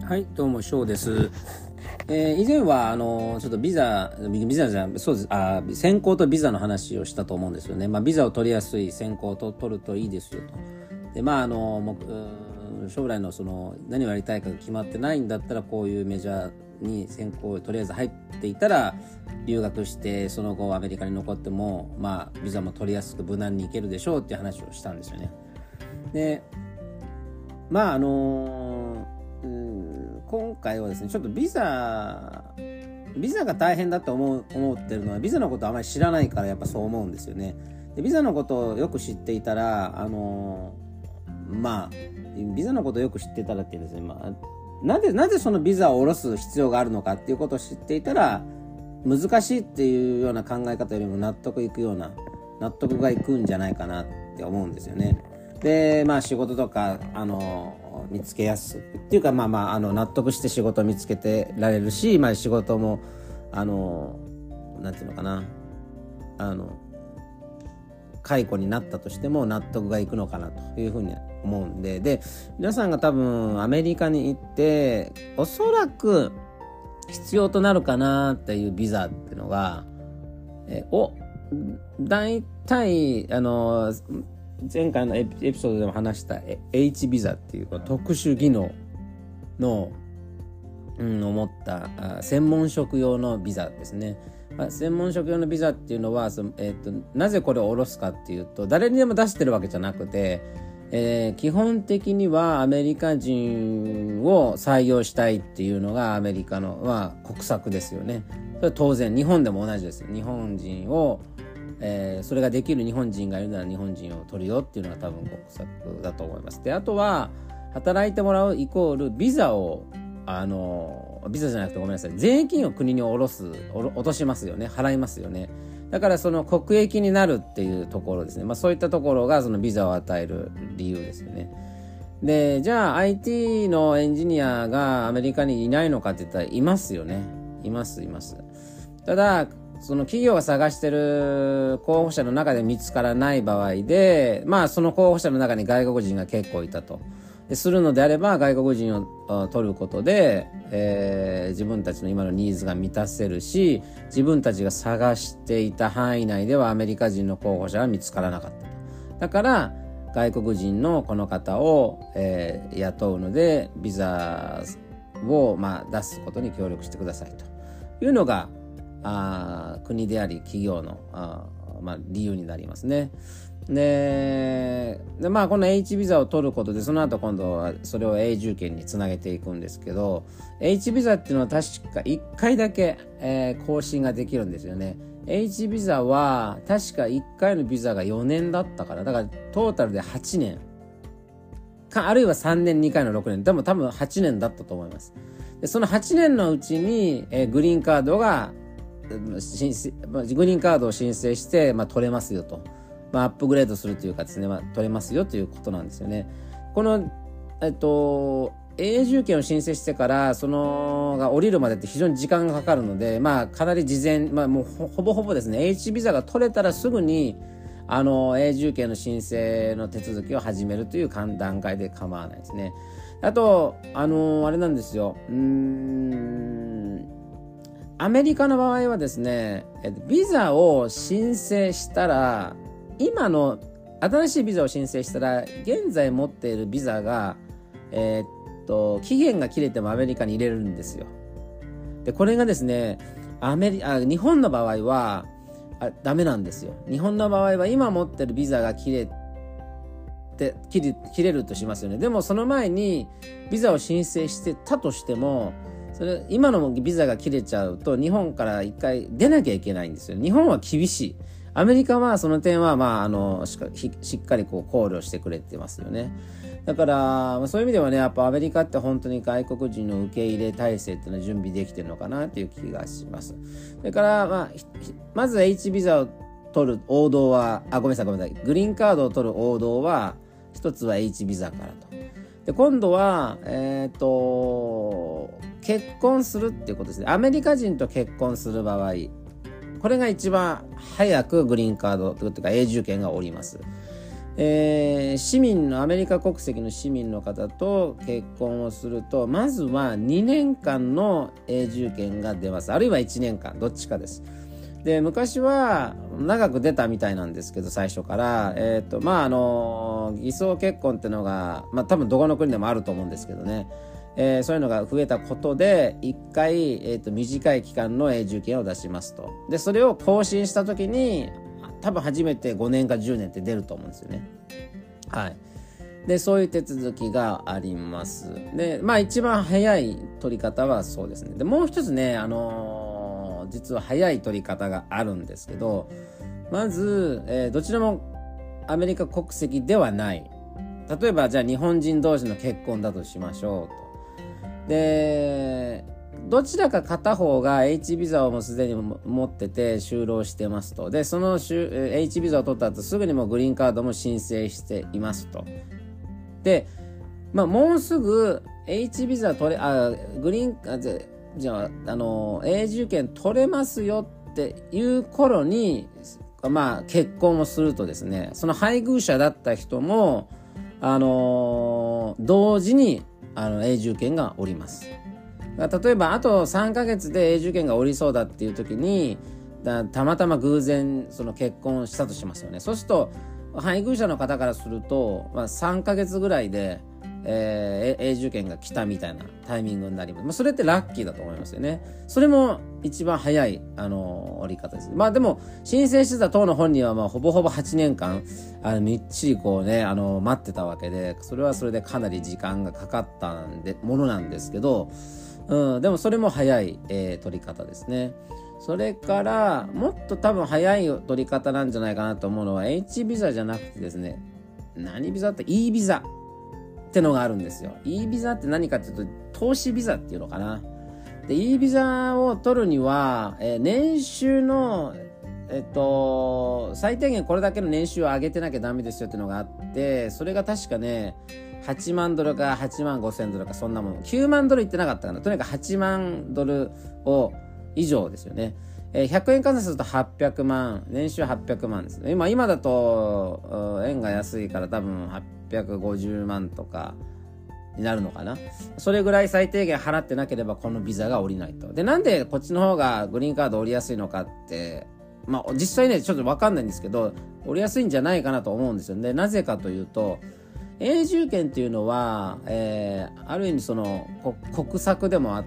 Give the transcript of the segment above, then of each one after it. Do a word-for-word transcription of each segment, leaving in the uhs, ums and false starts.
はい、どうも翔です。えー、以前はあのちょっとビザビザじゃそうですあ選考とビザの話をしたと思うんですよね。まあビザを取りやすい選考と取るといいですよと。でまああのもう将来のその何をやりたいかが決まってないんだったらこういうメジャーに選考とりあえず入っていたら留学してその後アメリカに残ってもまあビザも取りやすく無難に行けるでしょうっていう話をしたんですよね。でまああの今回はですねちょっとビザビザが大変だと思う思ってるのはビザのことをあまり知らないからやっぱそう思うんですよね。でビザのことをよく知っていたらあのまあビザのことをよく知ってたらっていうですね、まあ、なぜなぜそのビザを下ろす必要があるのかっていうことを知っていたら難しいっていうような考え方よりも納得いくような納得がいくんじゃないかなって思うんですよね。でまあ仕事とかあの見つけやすいっていうかまあまああの納得して仕事を見つけてられるし、まあ仕事もあのなんていうのかなあの解雇になったとしても納得がいくのかなというふうに思うんで、で皆さんが多分アメリカに行っておそらく必要となるかなっていうビザっていうのがえお大体あの前回のエピソードでも話した H ビザっていう特殊技能の、うん、を持った専門職用のビザですね。まあ、専門職用のビザっていうのはその、えー、となぜこれを下ろすかっていうと誰にでも出してるわけじゃなくて、えー、基本的にはアメリカ人を採用したいっていうのがアメリカの、まあ、国策ですよね。それは当然日本でも同じですよ。日本人をえー、それができる日本人がいるなら日本人を取るよっていうのが多分国策だと思います。であとは働いてもらうイコールビザをあのビザじゃなくてごめんなさい税金を国に下ろす落としますよね。払いますよね。だからその国益になるっていうところですね。まあそういったところがそのビザを与える理由ですよね。でじゃあ アイティー のエンジニアがアメリカにいないのかって言ったらいますよね。いますいますただその企業が探してる候補者の中で見つからない場合で、まあその候補者の中に外国人が結構いたと。でするのであれば外国人を取ることで、えー、自分たちの今のニーズが満たせるし、自分たちが探していた範囲内ではアメリカ人の候補者は見つからなかったと。だから外国人のこの方を、えー、雇うのでビザを、まあ、出すことに協力してくださいというのがあ国であり企業のあ、まあ、理由になりますね。で, でまあこの H ビザを取ることでその後今度はそれを永住権につなげていくんですけど H ビザっていうのは確かいっかいだけ、えー、更新ができるんですよね。 H ビザは確かいっかいのビザがよねんだったからだからトータルではちねんかあるいはさんねんにかいのろくねんでも多分はちねんだったと思います。でそのはちねんのうちに、えー、グリーンカードがグリーンカードを申請して、まあ、取れますよと、まあ、アップグレードするというかですね、まあ、取れますよということなんですよね。この、えっと、永住権を申請してからそのが降りるまでって非常に時間がかかるので、まあ、かなり事前、まあ、もうほほぼほぼですね H ビザが取れたらすぐにあの永住権の申請の手続きを始めるという段階で構わないですね。あとあのあれなんですようーんアメリカの場合はですね、ビザを申請したら、今の新しいビザを申請したら、現在持っているビザが、えー、っと、期限が切れてもアメリカに入れるんですよ。で、これがですね、アメリあ日本の場合はあ、ダメなんですよ。日本の場合は今持ってるビザが切れて、切れ、切れるとしますよね。でもその前にビザを申請してたとしても、それ今のビザが切れちゃうと日本から一回出なきゃいけないんですよ。日本は厳しい。アメリカはその点はまああのしっかり、しっかりこう考慮してくれてますよね。だからそういう意味ではねやっぱアメリカって本当に外国人の受け入れ体制っていうのは準備できてるのかなっていう気がします。それからまあまず H ビザを取る王道はあごめんなさいごめんなさいグリーンカードを取る王道は一つは H ビザからと。で今度はえっと結婚するっていうことですね。アメリカ人と結婚する場合これが一番早くグリーンカードというか永住権が下ります。 えー、市民のアメリカ国籍の市民の方と結婚をすると、まずはにねんかんの永住権が出ます。あるいはいちねんかん、どっちかです。で、昔は長く出たみたいなんですけど、最初から、えっと、まあ、あの、偽装結婚っていうのが、まあ、多分どこの国でもあると思うんですけどね。えー、そういうのが増えたことで、一回、えっと、短い期間の永住権を出しますと。で、それを更新したときに、多分初めてごねんかじゅうねんって出ると思うんですよね。はい。で、そういう手続きがあります。で、まあ一番早い取り方はそうですね。で、もう一つね、あのー、実は早い取り方があるんですけど、まず、えー、どちらもアメリカ国籍ではない。例えば、じゃあ日本人同士の結婚だとしましょうと。で、どちらか片方が H ビザをもうすでに持ってて就労してますと。で、その H ビザを取った後すぐにもうグリーンカードも申請していますと。で、まあもうすぐ H ビザ取れ、あ、グリーン、あ、じゃあ、あの、永住権取れますよっていう頃に、まあ結婚をするとですね、その配偶者だった人も、あの、同時に、あの、永住権が下ります。例えばあとさんかげつで永住権が下りそうだっていう時にだたまたま偶然その結婚したとしますよね。そうすると配偶者の方からすると、まあ、さんかげつぐらいで、えー、永住権が来たみたいなタイミングになります。まあ、それってラッキーだと思いますよね。それも一番早い、あのー、降り方です。まあでも申請してた当の本人はまあほぼほぼはちねんかんあのみっちりこうね、あのー、待ってたわけで、それはそれでかなり時間がかかったんでものなんですけど、うん、でもそれも早い、えー、取り方ですね。それからもっと多分早い取り方なんじゃないかなと思うのは H ビザじゃなくてですね、何ビザって E ビザってのがあるんですよ。E ビザって何かっていうと投資ビザっていうのかな。で E ビザを取るには、えー、年収のえっと最低限これだけの年収を上げてなきゃダメですよっていうのがあって、それが確かねはちまんドルかはちまんごせんドルかそんなもの、きゅうまんドルいってなかったかな。とにかくはちまんドルを以上ですよね。えー、ひゃくえん換算するとはっぴゃくまん、年収はっぴゃくまんですね。今今だと円が安いから多分はっぴゃくごじゅうまんとかになるのかな。それぐらい最低限払ってなければこのビザが下りないと。で、なんでこっちの方がグリーンカード降りやすいのかって、まあ実際ねちょっとわかんないんですけど、降りやすいんじゃないかなと思うんですよね。なぜかというと、永住権っていうのは、えー、ある意味その国策でもあって、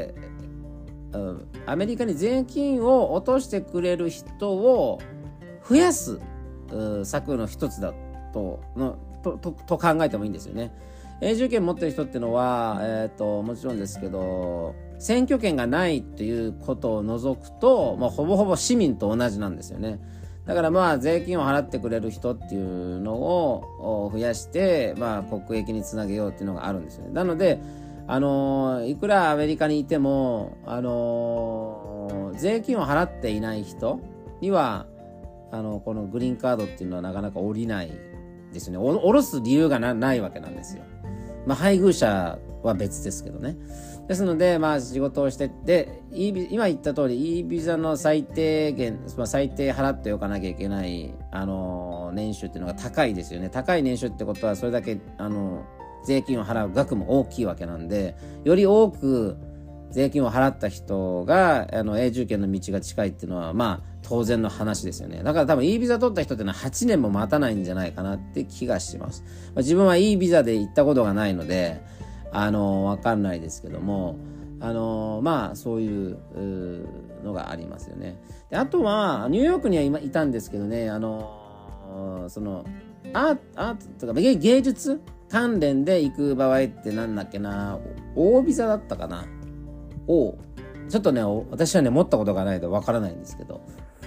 うん、アメリカに税金を落としてくれる人を増やす、うん、策の一つだとのととと考えてもいいんですよね。永住権持ってる人っていうのは、えーと、もちろんですけど選挙権がないっていうことを除くと、まあ、ほぼほぼ市民と同じなんですよね。だからまあ税金を払ってくれる人っていうのを増やして、まあ国益につなげようっていうのがあるんですよね。なので、あのー、いくらアメリカにいても、あのー、税金を払っていない人には、あの、このグリーンカードっていうのはなかなか降りないですよね。お、下ろす理由が な, ないわけなんですよ。まあ配偶者は別ですけどね。ですので、まあ仕事をしてで、今言った通り E ビザの最低限、まあ、最低払っておかなきゃいけない、あのー、年収っていうのが高いですよね。高い年収ってことはそれだけ、あのー、税金を払う額も大きいわけなんで、より多く税金を払った人が、あの、永住権の道が近いっていうのは、まあ当然の話ですよね。だから多分 E ビザ取った人ってのははちねんも待たないんじゃないかなって気がします。まあ、自分は E ビザで行ったことがないので、あのわかんないですけども、あのまあそういうのがありますよね。であとはニューヨークには今いたんですけどね、あのそのアートアートとか芸術関連で行く場合ってなんだっけな、大ビザだったかな。おちょっとね私はね持ったことがないとわからないんですけど。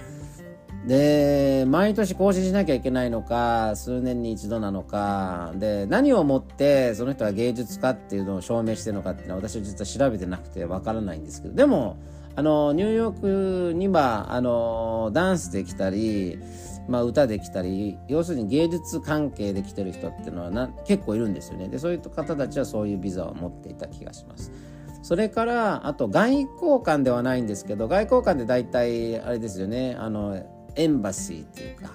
で毎年更新しなきゃいけないのか数年に一度なのかで、何をもってその人は芸術家っていうのを証明してるのかっていうのは私は実は調べてなくてわからないんですけど、でもあのニューヨークにはあのダンスできたり、まあ、歌できたり、要するに芸術関係で来てる人っていうのはな結構いるんですよね。でそういう方たちはそういうビザを持っていた気がします。それからあと外交官ではないんですけど、外交官で大体あれですよね、あのエンバシーっていうか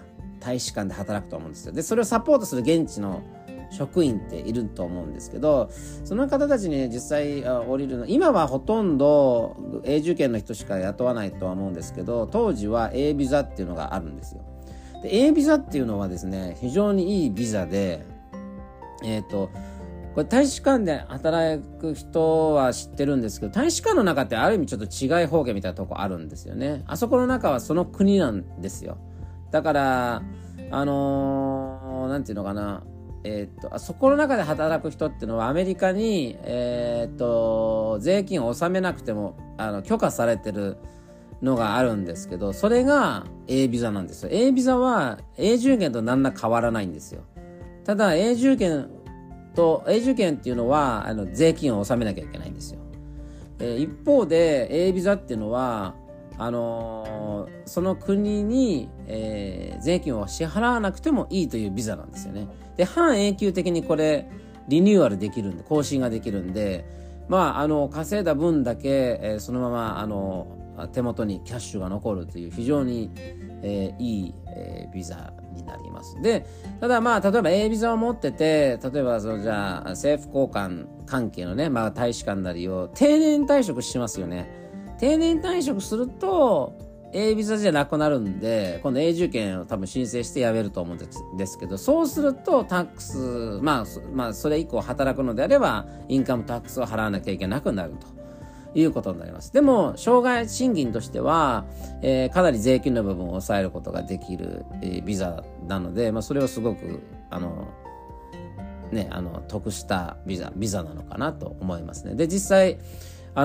大使館で働くと思うんですよ。でそれをサポートする現地の職員っていると思うんですけど、その方たちに実際降りるの、今はほとんど永住権の人しか雇わないとは思うんですけど、当時は A ビザっていうのがあるんですよ。で A ビザっていうのはですね、非常にいいビザで、えっとこれ大使館で働く人は知ってるんですけど、大使館の中ってある意味ちょっと違い方言みたいなとこあるんですよね。あそこの中はその国なんですよ。だからあのー、なんていうのかな、えー、っとあそこの中で働く人っていうのはアメリカに、えー、っと税金を納めなくてもあの許可されてるのがあるんですけど、それが A ビザなんですよ。 A ビザは永住権と何ら変わらないんですよ。ただ永住権と永住権っていうのはあの税金を納めなきゃいけないんですよ。えー、一方で A ビザっていうのはあのー、その国に、えー、税金を支払わなくてもいいというビザなんですよね。で半永久的にこれリニューアルできるんで、更新ができるんで、まああの稼いだ分だけ、えー、そのままあの手元にキャッシュが残るという非常に、えー、いい、えー、ビザになります。でただまあ例えば A ビザを持ってて、例えばそのじゃあ政府高官関係のね、まあ大使館なりを定年退職しますよね。定年退職すると A ビザじゃなくなるんで、今度永住権を多分申請してやめると思うんですけど、そうするとタックス、まあ、まあそれ以降働くのであればインカムタックスを払わなきゃいけなくなるということになります。でも生涯賃金としては、えー、かなり税金の部分を抑えることができる、えー、ビザなので、まあ、それはすごくあのねあの得したビザビザなのかなと思いますね。で実際あ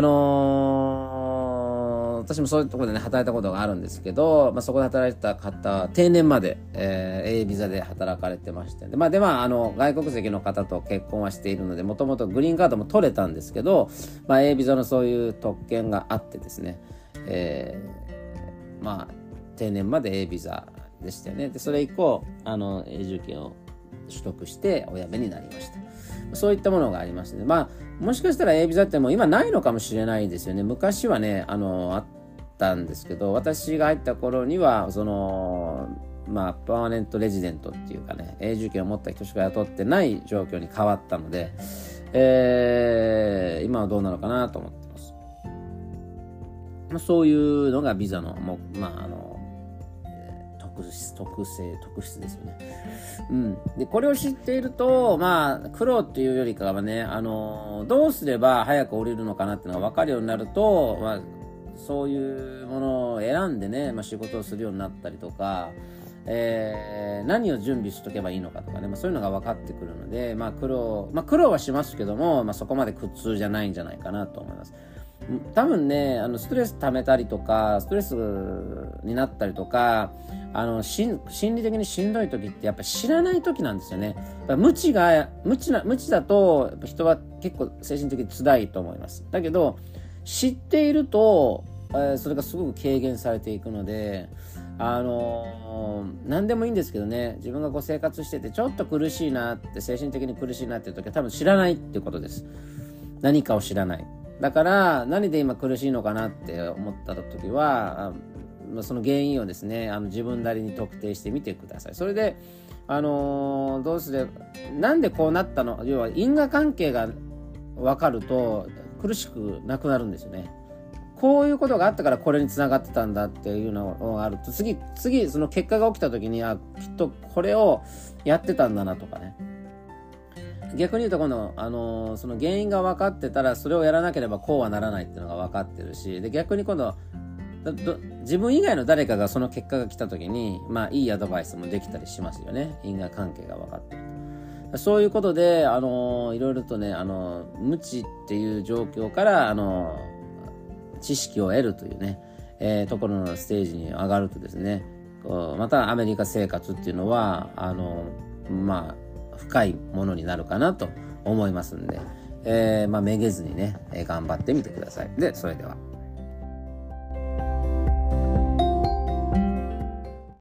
のー、私もそういうところでね働いたことがあるんですけど、まあ、そこで働いた方は定年まで、えー、A ビザで働かれてまして、でまあでまああの外国籍の方と結婚はしているので、もともとグリーンカードも取れたんですけど、まあ、A ビザのそういう特権があってですね、えー、まあ定年まで A ビザでしたよね。でそれ以降あの永住権を取得してお辞めになりました。そういったものがありまして、ね、まあもしかしたら A ビザってもう今ないのかもしれないですよね。昔はねあのあったんですけど、私が入った頃にはそのまあパーマネントレジデントっていうかね、永住権を持った人しか雇ってない状況に変わったので、えー、今はどうなのかなと思ってます。まあ、そういうのがビザのもうまああの特性特質ですよね。うん。でこれを知っていると、まあ苦労っていうよりかはね、あのどうすれば早く降りるのかなっていうのが分かるようになると、まあそういうものを選んでね、まあ、仕事をするようになったりとか、えー、何を準備しとけばいいのかとかね、まあ、そういうのが分かってくるので、まあ苦労まあ苦労はしますけども、まあそこまで苦痛じゃないんじゃないかなと思います。多分ねあのストレス溜めたりとかストレスになったりとかあの心理的にしんどい時ってやっぱ知らない時なんですよね。やっぱ無知が無知な無知だとやっぱ人は結構精神的に辛いと思います。だけど知っていると、えー、それがすごく軽減されていくので、あのー、何でもいいんですけどね、自分がこう生活しててちょっと苦しいなって精神的に苦しいなっていう時は多分知らないっていうことです。何かを知らない。だから何で今苦しいのかなって思った時はその原因をですねあの自分なりに特定してみてください。それであのー、どうすればなんでこうなったの、要は因果関係が分かると苦しくなくなるんですよね。こういうことがあったからこれに繋がってたんだっていうのがあると、次次その結果が起きた時にあきっとこれをやってたんだなとかね。逆に言うと今度、あのー、その原因が分かってたらそれをやらなければこうはならないっていうのが分かってるし、で逆に今度自分以外の誰かがその結果が来た時にまあいいアドバイスもできたりしますよね。因果関係が分かってると。そういうことで、あのー、いろいろとね、あのー、無知っていう状況から、あのー、知識を得るというね、えー、ところのステージに上がるとですね、こうまたアメリカ生活っていうのはあのまあ深いものになるかなと思いますんで、えー、まあめげずにね、頑張ってみてください。で、それでは。